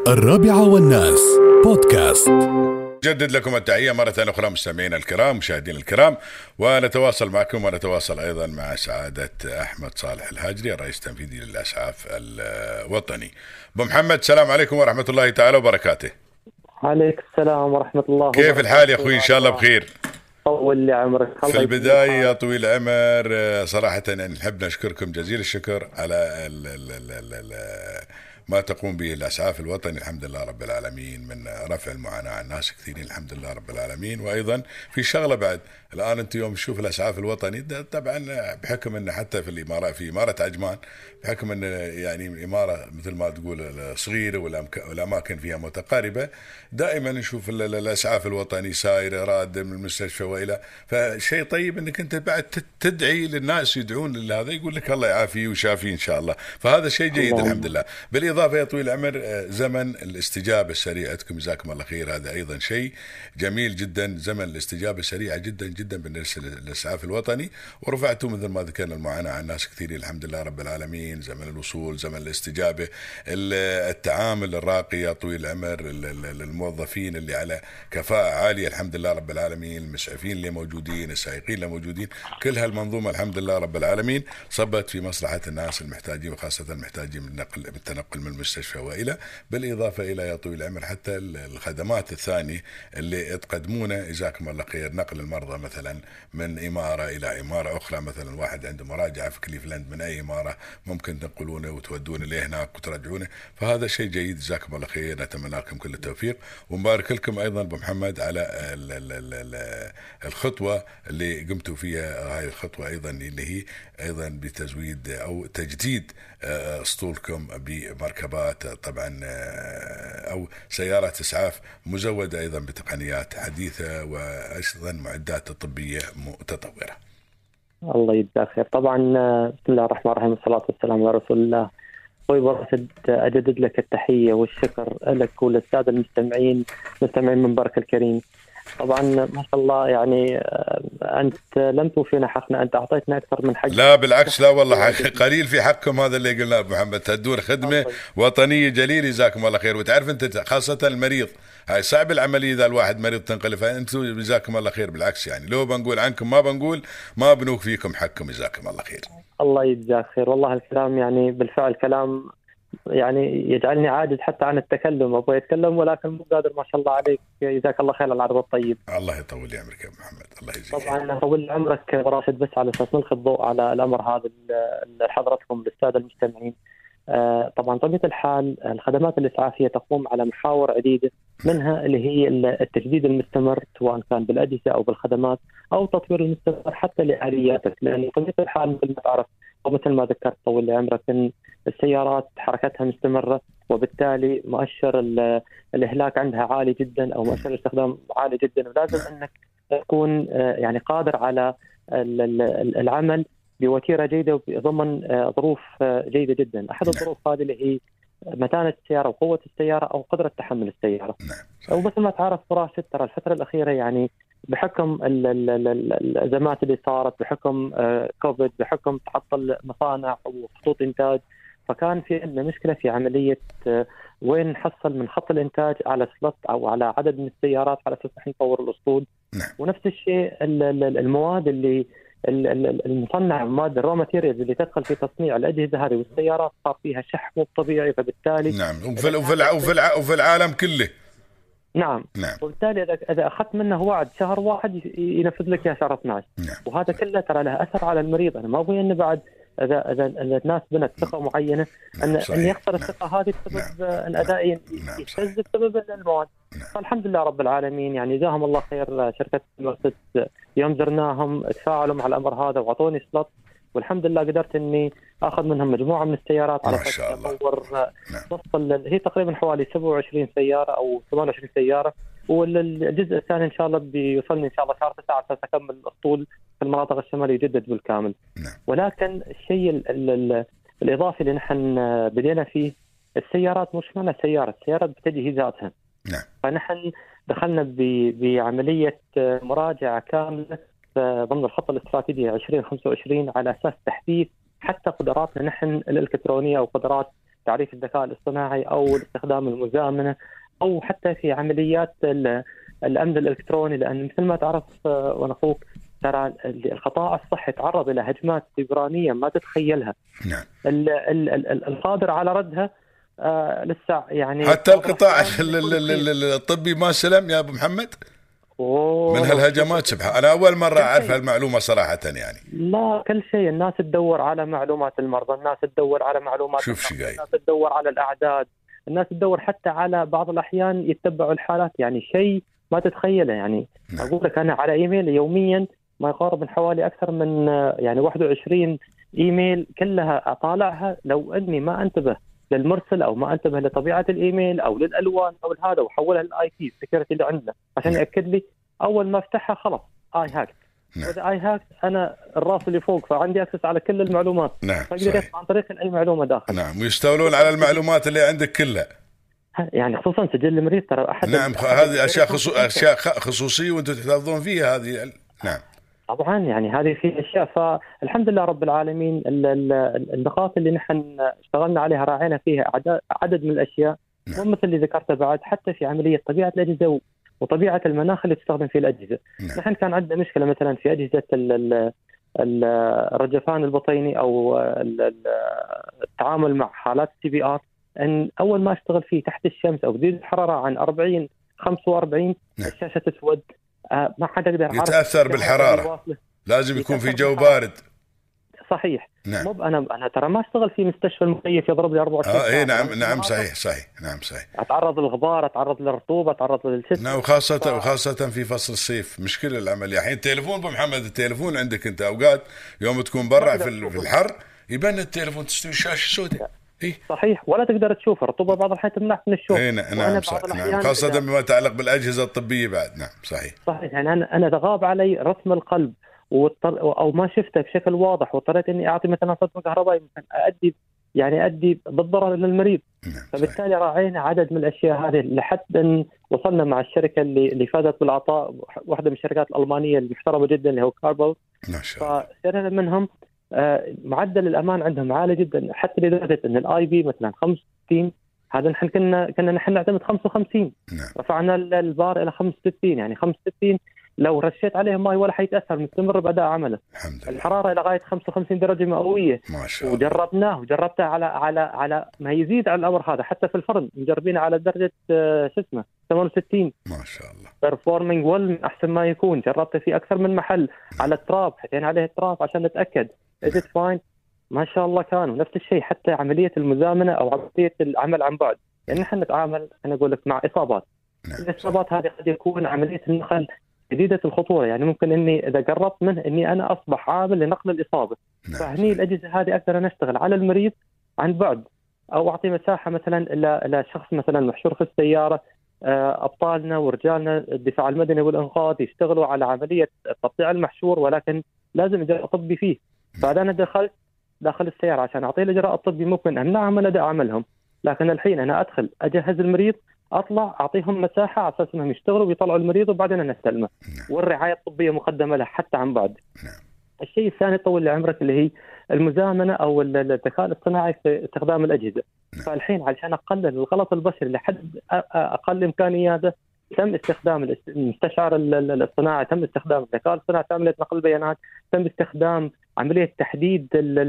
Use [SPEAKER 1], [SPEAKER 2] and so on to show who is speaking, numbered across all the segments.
[SPEAKER 1] والناس بودكاست.
[SPEAKER 2] جدد لكم التحية مرة أخرى مستمعينا الكرام مشاهدين الكرام، ونتواصل معكم ونتواصل أيضا مع سعادة أحمد صالح الهاجري الرئيس التنفيذي للإسعاف الوطني. أبو محمد، السلام عليكم ورحمة الله تعالى وبركاته.
[SPEAKER 3] عليك السلام ورحمة الله وبركاته.
[SPEAKER 2] كيف الحال يا أخوي؟ إن شاء الله بخير.
[SPEAKER 3] طول لي عمرك.
[SPEAKER 2] في البداية يا طويل العمر صراحة نحب نشكركم جزيل الشكر على ما تقوم به الإسعاف الوطني، الحمد لله رب العالمين، من رفع المعاناة عن الناس كثيرين، الحمد لله رب العالمين. وأيضا في شغلة بعد، الآن أنت يوم تشوف الإسعاف الوطني طبعا بحكم أنه حتى في الإمارة، في إمارة عجمان، بحكم أنه يعني إمارة مثل ما تقول صغيرة والأماكن فيها متقاربة، دائما نشوف الإسعاف الوطني ساير راد من المستشفى وإلى، فشيء طيب أنك أنت بعد تدعي للناس، يدعون لهذا، يقول لك الله يعافيه وشافيه إن شاء الله، فهذا شيء جيد الحمد لله. بالإضافة يا طويل العمر زمن الاستجابة السريعة عندكم، جزاكم الله خير، هذا أيضا شيء جميل جدا، زمن الاستجابة السريعة جدا جدا بالنسبة للإسعاف الوطني، ورفعتوا مثل ما ذكرنا المعاناة عن ناس كثيرين الحمد لله رب العالمين، زمن الوصول، زمن الاستجابة، التعامل الراقي يا طويل العمر، الموظفين اللي على كفاءة عالية الحمد لله رب العالمين، المسعفين اللي موجودين، السائقين اللي موجودين، كل هالمنظومة الحمد لله رب العالمين صبت في مصلحة الناس المحتاجين، وخاصة المحتاجين بالتنقل من المستشفى وإلى، بالإضافة إلى يا طويل العمر حتى الخدمات الثانية اللي تقدمونه جزاكم الله خير، نقل المرضى مثلا من إمارة إلى إمارة أخرى، مثلا واحد عنده مراجعة في كليفلاند من أي إمارة ممكن تنقلونه وتودونه ليه هناك وترجعونه، فهذا شيء جيد جزاكم الله خير، نتمنى لكم كل التوفيق، ونبارك لكم أيضا أبو محمد على الخطوة اللي قمتوا فيها، هاي الخطوة أيضا اللي هي أيضا بتزويد أو تجديد أسطولكم بمركبات طبعا أو سيارات إسعاف مزودة أيضا بتقنيات حديثة وأيضا معدات طبية متطورة.
[SPEAKER 3] الله يجزاك خير. طبعا بسم الله الرحمن الرحيم، والصلاة والسلام على رسول الله. أخوي برشد، أجدد لك التحية والشكر لك وللسادة المستمعين من برك الكريم. طبعا ما شاء الله يعني أنت لم توفينا حقنا، أنت أعطيتنا أكثر من حق.
[SPEAKER 2] لا بالعكس، لا والله قليل في حقكم، هذا اللي قلناه أبو محمد، تدون خدمة وطنية جليلة جزاكم الله خير. وتعرف أنت خاصة المريض، هاي صعب العملية إذا الواحد مريض تنقله، فأنتم جزاكم الله خير، بالعكس يعني لو بنقول عنكم ما بنقول ما بنوك فيكم حقكم، جزاكم الله خير. الله
[SPEAKER 3] يجزاك خير. والله الكلام يعني بالفعل كلام يعني يجعلني عاجز حتى عن التكلم، أبغى أتكلم ولكن مو قادر. ما شاء الله عليك، جزاك الله خير على العرض الطيب.
[SPEAKER 2] الله يطول عمرك يا محمد، الله يجزيك.
[SPEAKER 3] طبعا طول عمرك راشد، بس على أساس نلقي الضوء على الأمر هذا لحضرتكم للسادة المستمعين. طبعا طبيعة الحال الخدمات الإسعافية تقوم على محاور عديدة، منها اللي هي التجديد المستمر سواء كان بالأجهزة أو بالخدمات أو تطوير المستمر حتى لآلياتك، لأن طبيعة الحال مثل ما تعرف ومثل ما ذكرت طول عمرك إن السيارات حركتها مستمرة، وبالتالي مؤشر الإهلاك عندها عالي جدا أو مؤشر الاستخدام عالي جدا، ولازم أنك تكون يعني قادر على العمل بوتيرة جيدة وضمن ظروف جيدة جدا. أحد الظروف هذه اللي هي متانة السيارة وقوة السيارة أو قدرة تحمل السيارة. ومثل ما تعرف راشد، ترى الفترة الأخيرة يعني بحكم الأزمات اللي صارت، بحكم كوفيد، بحكم تعطل مصانع وخطوط إنتاج، فكان في عندنا مشكلة في عملية وين نحصل من خط الإنتاج على سلط أو على عدد من السيارات على أساس نطور الأسطول. ونفس الشيء المواد اللي المصنع، مواد الرو ماتيريالز اللي تدخل في تصنيع الأجهزة هذه والسيارات صار فيها شح مو طبيعي، فبالتالي
[SPEAKER 2] وفي العالم كله.
[SPEAKER 3] نعم. وبالتالي إذا أخذت منه وعد شهر واحد ينفذ لك يا شهر 12. وهذا كله ترى له أثر على المريض. أنا ما أبغى إن بعد إذا الناس بنت ثقة معينة أن يخسر الثقة هذه بسبب الأداء يهتز بسبب المواد. فالحمد لله رب العالمين يعني جزاهم الله خير شركة مرسيدس، يوم زرناهم تفاعلوا مع الأمر هذا وعطوني سلوت، والحمد لله قدرت إني أخذ منهم مجموعة من السيارات على أساس أطور وصل هي تقريبا حوالي 27 سيارة أو 28 سيارة، والجزء الثاني إن شاء الله بيوصلني إن شاء الله شهر 9 عشان أكمل الأسطول في المناطق الشمالية يجدد بالكامل. ولكن الشيء الإضافي اللي نحن بدينا فيه السيارات، مش معنى السيارات بتجهيزاتها. فنحن دخلنا بعملية مراجعة كاملة ضمن الخطة الاستراتيجية 2025 على أساس تحديث حتى قدراتنا نحن الإلكترونية أو قدرات تعريف الذكاء الاصطناعي أو استخدام المزامنة أو حتى في عمليات الأمن الإلكتروني، لأن مثل ما تعرف وأنا أخوك ترى القطاع الصحي تعرض إلى هجمات سيبرانية ما تتخيلها.
[SPEAKER 2] نعم.
[SPEAKER 3] القادر على ردها لسه يعني
[SPEAKER 2] حتى القطاع الطبي ما سلم يا أبو محمد من هالهجمات. سبحان، أنا أول مرة أعرف هالمعلومة صراحة يعني.
[SPEAKER 3] لا، كل شيء الناس تدور على معلومات المرضى، الناس تدور على معلومات الناس تدور على الأعداد، الناس تدور حتى على بعض الأحيان يتبعوا الحالات، يعني شيء ما تتخيله. يعني
[SPEAKER 2] نعم.
[SPEAKER 3] أقول لك أنا على إيميل يوميا ما يقارب من حوالي أكثر من يعني 21 إيميل كلها أطالعها، لو أني ما أنتبه للمرسل أو ما أنتبه لطبيعة الإيميل أو للألوان أو هذا وحولها للآي بي سكيورتي اللي عندنا عشان يأكد لي، أول ما أفتحها خلاص آي هاك. وإذا آي هاك أنا الراس اللي فوق فعندي أكسس على كل المعلومات.
[SPEAKER 2] نعم.
[SPEAKER 3] فأقدر عن طريق أي معلومة داخل.
[SPEAKER 2] نعم. ويستولون على المعلومات اللي عندك كلها.
[SPEAKER 3] يعني خصوصا سجل المريض ترى أحد.
[SPEAKER 2] نعم. هذه أشياء خصوصية وأنتم تحتفظون فيها هذه. نعم.
[SPEAKER 3] طبعا يعني هذه في اشياء، فالحمد لله رب العالمين النقاط اللي نحن اشتغلنا عليها راعينا فيها عدد من الاشياء.
[SPEAKER 2] نعم.
[SPEAKER 3] ومثل اللي ذكرته بعد حتى في عمليه طبيعه الاجهزه وطبيعه المناخ اللي تستخدم فيه الاجهزه.
[SPEAKER 2] نعم.
[SPEAKER 3] نحن كان عندنا مشكله مثلا في اجهزه الرجفان البطيني او التعامل مع حالات CPR، ان اول ما اشتغل فيه تحت الشمس او بدون الحراره عن 40 45
[SPEAKER 2] نعم.
[SPEAKER 3] الشاشه تسود، ما حد يقدر
[SPEAKER 2] يتأثر بالحرارة، لازم يكون في جو بارد.
[SPEAKER 3] صحيح.
[SPEAKER 2] نعم.
[SPEAKER 3] مو انا ترى ما اشتغل في مستشفى المكيف يضرب لي 24 ساعة.
[SPEAKER 2] اي نعم صحيح. نعم صحيح.
[SPEAKER 3] اتعرض للغبار، اتعرض للرطوبة، اتعرض للشتاء.
[SPEAKER 2] نعم. وخاصة في فصل الصيف مشكلة العمل. الحين التليفون ابو محمد، التليفون عندك انت اوقات يوم تكون برا في الحر يبان التليفون تستوي الشاشة سوداء. إيه؟
[SPEAKER 3] صحيح، ولا تقدر تشوفه، الرطوبة بعض الأحيان تمنعك من الشوف.
[SPEAKER 2] نعم صحيح. نعم. خاصة بما يتعلق بالأجهزة الطبية بعد. نعم صحيح.
[SPEAKER 3] يعني أنا إذا غاب علي رسم القلب أو ما شفته بشكل واضح واضطريت إني أعطي مثلا صدمة كهربائية أدي بالضرر للمريض.
[SPEAKER 2] نعم.
[SPEAKER 3] فبالتالي راعينا عدد من الأشياء هذه لحد أن وصلنا مع الشركة اللي فازت بالعطاء، واحدة من الشركات الألمانية المحترمة جدا اللي هو كاربل.
[SPEAKER 2] ما شاء الله.
[SPEAKER 3] فصرنا منهم معدل الأمان عندهم عالي جدا، حتى لدرجة أن الآي بي مثلا 65، هذا نحن كنا نحن نعتمد 55.
[SPEAKER 2] نعم.
[SPEAKER 3] رفعنا البار إلى 65، يعني 65 لو رشيت عليهم ماء ولا حيتأثر، مستمر بأداء عمله.
[SPEAKER 2] الحمد لله.
[SPEAKER 3] الحرارة إلى غاية 55 درجة مئوية.
[SPEAKER 2] ما شاء الله.
[SPEAKER 3] وجربته على ما يزيد على الأمر هذا، حتى في الفرن مجربينه على درجة 68.
[SPEAKER 2] ما شاء الله.
[SPEAKER 3] performing well أحسن ما يكون. جربته في أكثر من محل على التراب، حطينا عليه التراب عشان نتأكد is it fine. ما شاء الله كانوا نفس الشيء. حتى عملية المزامنة أو عملية العمل عن بعد، يعني نحن نتعامل أنا أقول لك مع إصابات. الإصابات هذه قد يكون عملية النقل جديدة الخطورة، يعني ممكن إني إذا قربت منه إني أنا أصبح عامل لنقل الإصابة. فهني الأجهزة هذه أقدر أن أشتغل على المريض عن بعد، أو أعطي مساحة مثلا إلى شخص مثلا محشور في السيارة، أبطالنا ورجالنا الدفاع المدني والإنقاذ يشتغلوا على عملية تقطيع المحشور، ولكن لازم إجراء طبي فيه. فإذا أنا دخلت داخل السيارة عشان أعطيه الإجراء الطبي ممكن أمنعهم من أداء عملهم، لكن الحين أنا أدخل أجهز المريض، أطلع أعطيهم مساحة على أساس أنهم يشتغلوا ويطلعوا المريض وبعدين أنا أستلمه. والرعاية الطبية مقدمة له حتى عن بعد. الشيء الثاني طول لعمرك اللي هي المزامنة أو الذكاء الاصطناعي في استخدام الأجهزة. فالحين علشان أقلل الغلط البشري لحد أقل إمكانياته تم استخدام المستشعر الاصطناعي، تم استخدام الذكاء الاصطناعي في عملية نقل البيانات، تم استخدام عملية تحديد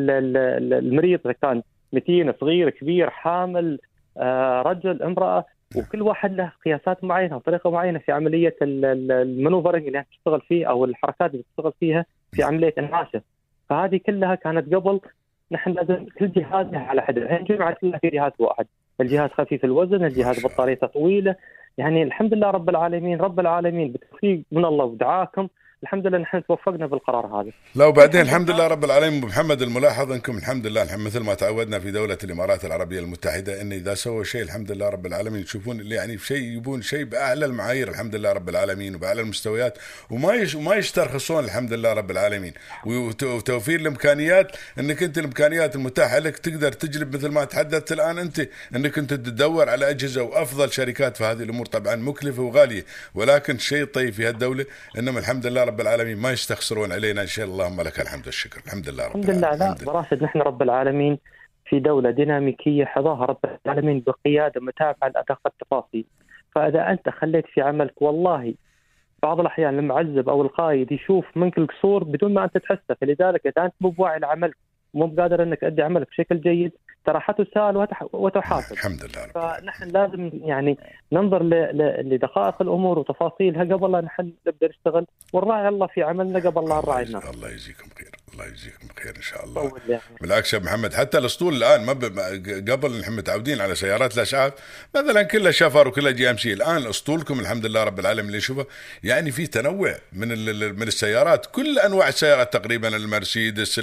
[SPEAKER 3] المريض إذا كان متين صغير كبير حامل رجل امرأة، وكل واحد له قياسات معينة وطريقة معينة في عملية المانوفرنج اللي تشتغل فيه أو الحركات اللي تشتغل فيها في عملية إنعاشه. فهذه كلها كانت قبل نحن لازم كل جهاز على حدة، الحين جمعت كلها في جهاز واحد، الجهاز خفيف الوزن، الجهاز بطاريته طويلة. يعني الحمد لله رب العالمين بالتوفيق من الله ودعاكم الحمد لله نحن توفقنا بالقرار هذا.
[SPEAKER 2] لا وبعدين الحمد لله رب العالمين. محمد الملاحظ انكم الحمد لله مثل ما تعودنا في دولة الامارات العربية المتحدة ان اذا سووا شيء الحمد لله رب العالمين تشوفون اللي يعني شيء يبون شيء باعلى المعايير الحمد لله رب العالمين وباعلى المستويات، وما يسترخصون الحمد لله رب العالمين، وتوفير الامكانيات انك انت الامكانيات المتاحة لك تقدر تجلب مثل ما تحدثت الان انت انك انت تدور على اجهزة وافضل شركات في هذه الامور. طبعا مكلفة وغالية، ولكن الشيء الطيب في هالدولة انما الحمد لله رب العالمين ما يستخسرون علينا. ان شاء الله اللهم لك الحمد والشكر. الحمد لله رب العالمين.
[SPEAKER 3] الحمد لله. لا براشد نحن رب العالمين في دولة ديناميكية حظاها رب العالمين بقيادة متابعة لأدق التفاصيل. فإذا أنت خليت في عملك، والله بعض الأحيان المعذب أو القائد يشوف منك القصور بدون ما أنت تحسه، فلذلك إذا أنت مو بواعي لعملك ومو بقادر أنك تؤدي عملك بشكل جيد ترى حتسال وتحاسب.
[SPEAKER 2] الحمد لله.
[SPEAKER 3] فنحن لازم يعني ننظر لدقائق الأمور وتفاصيلها قبل لا نحن نبدأ نشتغل، ونراعي الله في عملنا قبل لا نراعي الناس.
[SPEAKER 2] الله يجزيكم خير، الله يجزيكم خير إن شاء الله. بالعكس يا محمد، حتى الأسطول الآن قبل نحن متعودين على سيارات الإسعاف مثلا كلها شفر وكلها GMC، الآن أسطولكم الحمد لله رب العالمين اللي نشوفه يعني في تنوع من السيارات، كل أنواع السيارات تقريبا، المرسيدس،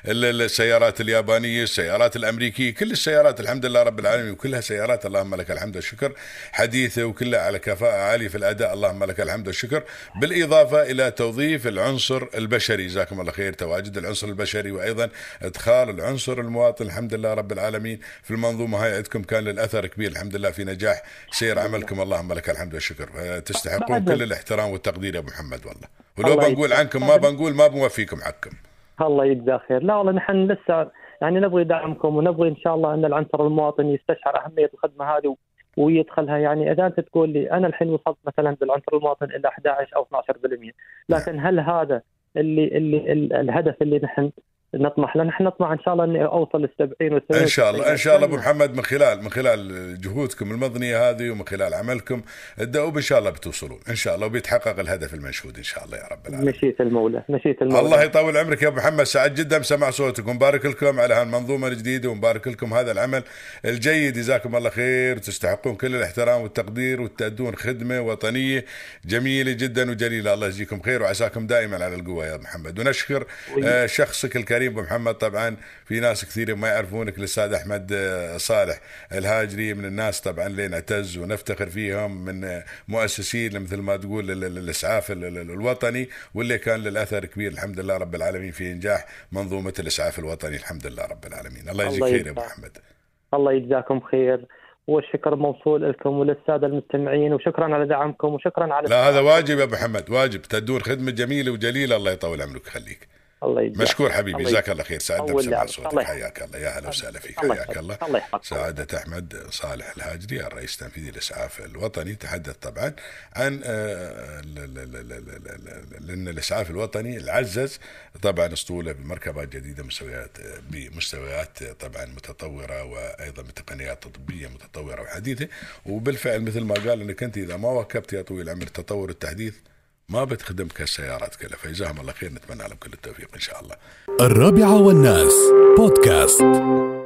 [SPEAKER 2] السيارات اليابانية، السيارات الأمريكية، كل السيارات الحمد لله رب العالمين، وكلها سيارات اللهم لك الحمد والشكر حديثة، وكلها على كفاءة عالية في الأداء اللهم لك الحمد والشكر، بالإضافة إلى توظيف العنصر البشري، جزاكم الله خير، تواجد العنصر البشري وأيضا إدخال العنصر المواطن الحمد لله رب العالمين في المنظومة هاي عندكم كان للأثر كبير الحمد لله في نجاح سير عملكم اللهم لك الحمد والشكر. تستحقون كل الاحترام والتقدير يا أبو محمد والله، ولو بنقول عنكم ما بنقول ما بنوفيكم حقكم.
[SPEAKER 3] الله يجزاه خير. لا والله نحن لسه يعني نبغي دعمكم، ونبغي إن شاء الله أن العنصر المواطن يستشعر أهمية الخدمة هذه ويدخلها. يعني إذا أنت تقول لي أنا الحين وصلت مثلا بالعنصر المواطن إلى 11 أو 12%، لكن هل هذا اللي الهدف اللي نحن نطمح له؟ نحن نطمح إن شاء الله إني أوصل ل70
[SPEAKER 2] إن شاء الله. إن شاء الله أبو محمد، من خلال جهودكم المضنية هذه ومن خلال عملكم الدؤوب إن شاء الله بتوصلون إن شاء الله، وبيتحقق الهدف المنشود إن شاء الله يا رب العالمين.
[SPEAKER 3] مشيئة المولى.
[SPEAKER 2] الله يطول عمرك يا أبو محمد، سعد جدا بسمع صوتك، ومبارك لكم على هالمنظومة الجديدة، ومبارك لكم هذا العمل الجيد، جزاكم الله خير، تستحقون كل الاحترام والتقدير، وتأدون خدمة وطنية جميلة جدا وجليلة. الله يجزيكم خير وعساكم دائما على القوة يا أبو محمد. ونشكر شخصك الكريم أبو محمد. طبعا في ناس كثير ما يعرفونك، الأستاذ أحمد صالح الهاجري من الناس طبعا اللي نعتز ونفتخر فيهم، من مؤسسين مثل ما تقول الإسعاف الوطني، واللي كان للأثر كبير الحمد لله رب العالمين في إنجاح منظومة الإسعاف الوطني الحمد لله رب العالمين. الله يجزيك خير يا أبو محمد.
[SPEAKER 3] الله يجزاكم خير، والشكر موصول لكم وللسادة المستمعين، وشكرا على دعمكم، وشكرا على
[SPEAKER 2] لا هذا واجب يا أبو محمد، واجب، تدون خدمة جميلة وجليلة. الله يطول عمرك ويخليك. مشكور حبيبي، جزاك الله خير، سعدنا بسمع صوتك، حياك الله، يا هلا وسهلا فيك، حياك الله. سعادة أحمد صالح الهاجري الرئيس التنفيذي للإسعاف الوطني تحدث طبعا عن لأن الإسعاف الوطني العزز طبعا اسطوله بمركبات جديدة بمستويات طبعا متطورة، وأيضا بتقنيات طبية متطورة وحديثة، وبالفعل مثل ما قال أنك أنت إذا ما واكبت يا طويل العمر التطور التحديث ما بتخدمك السيارات كلها. فجزاهم الله خير، نتمنى لهم كل التوفيق إن شاء الله.
[SPEAKER 1] 4 والناس بودكاست.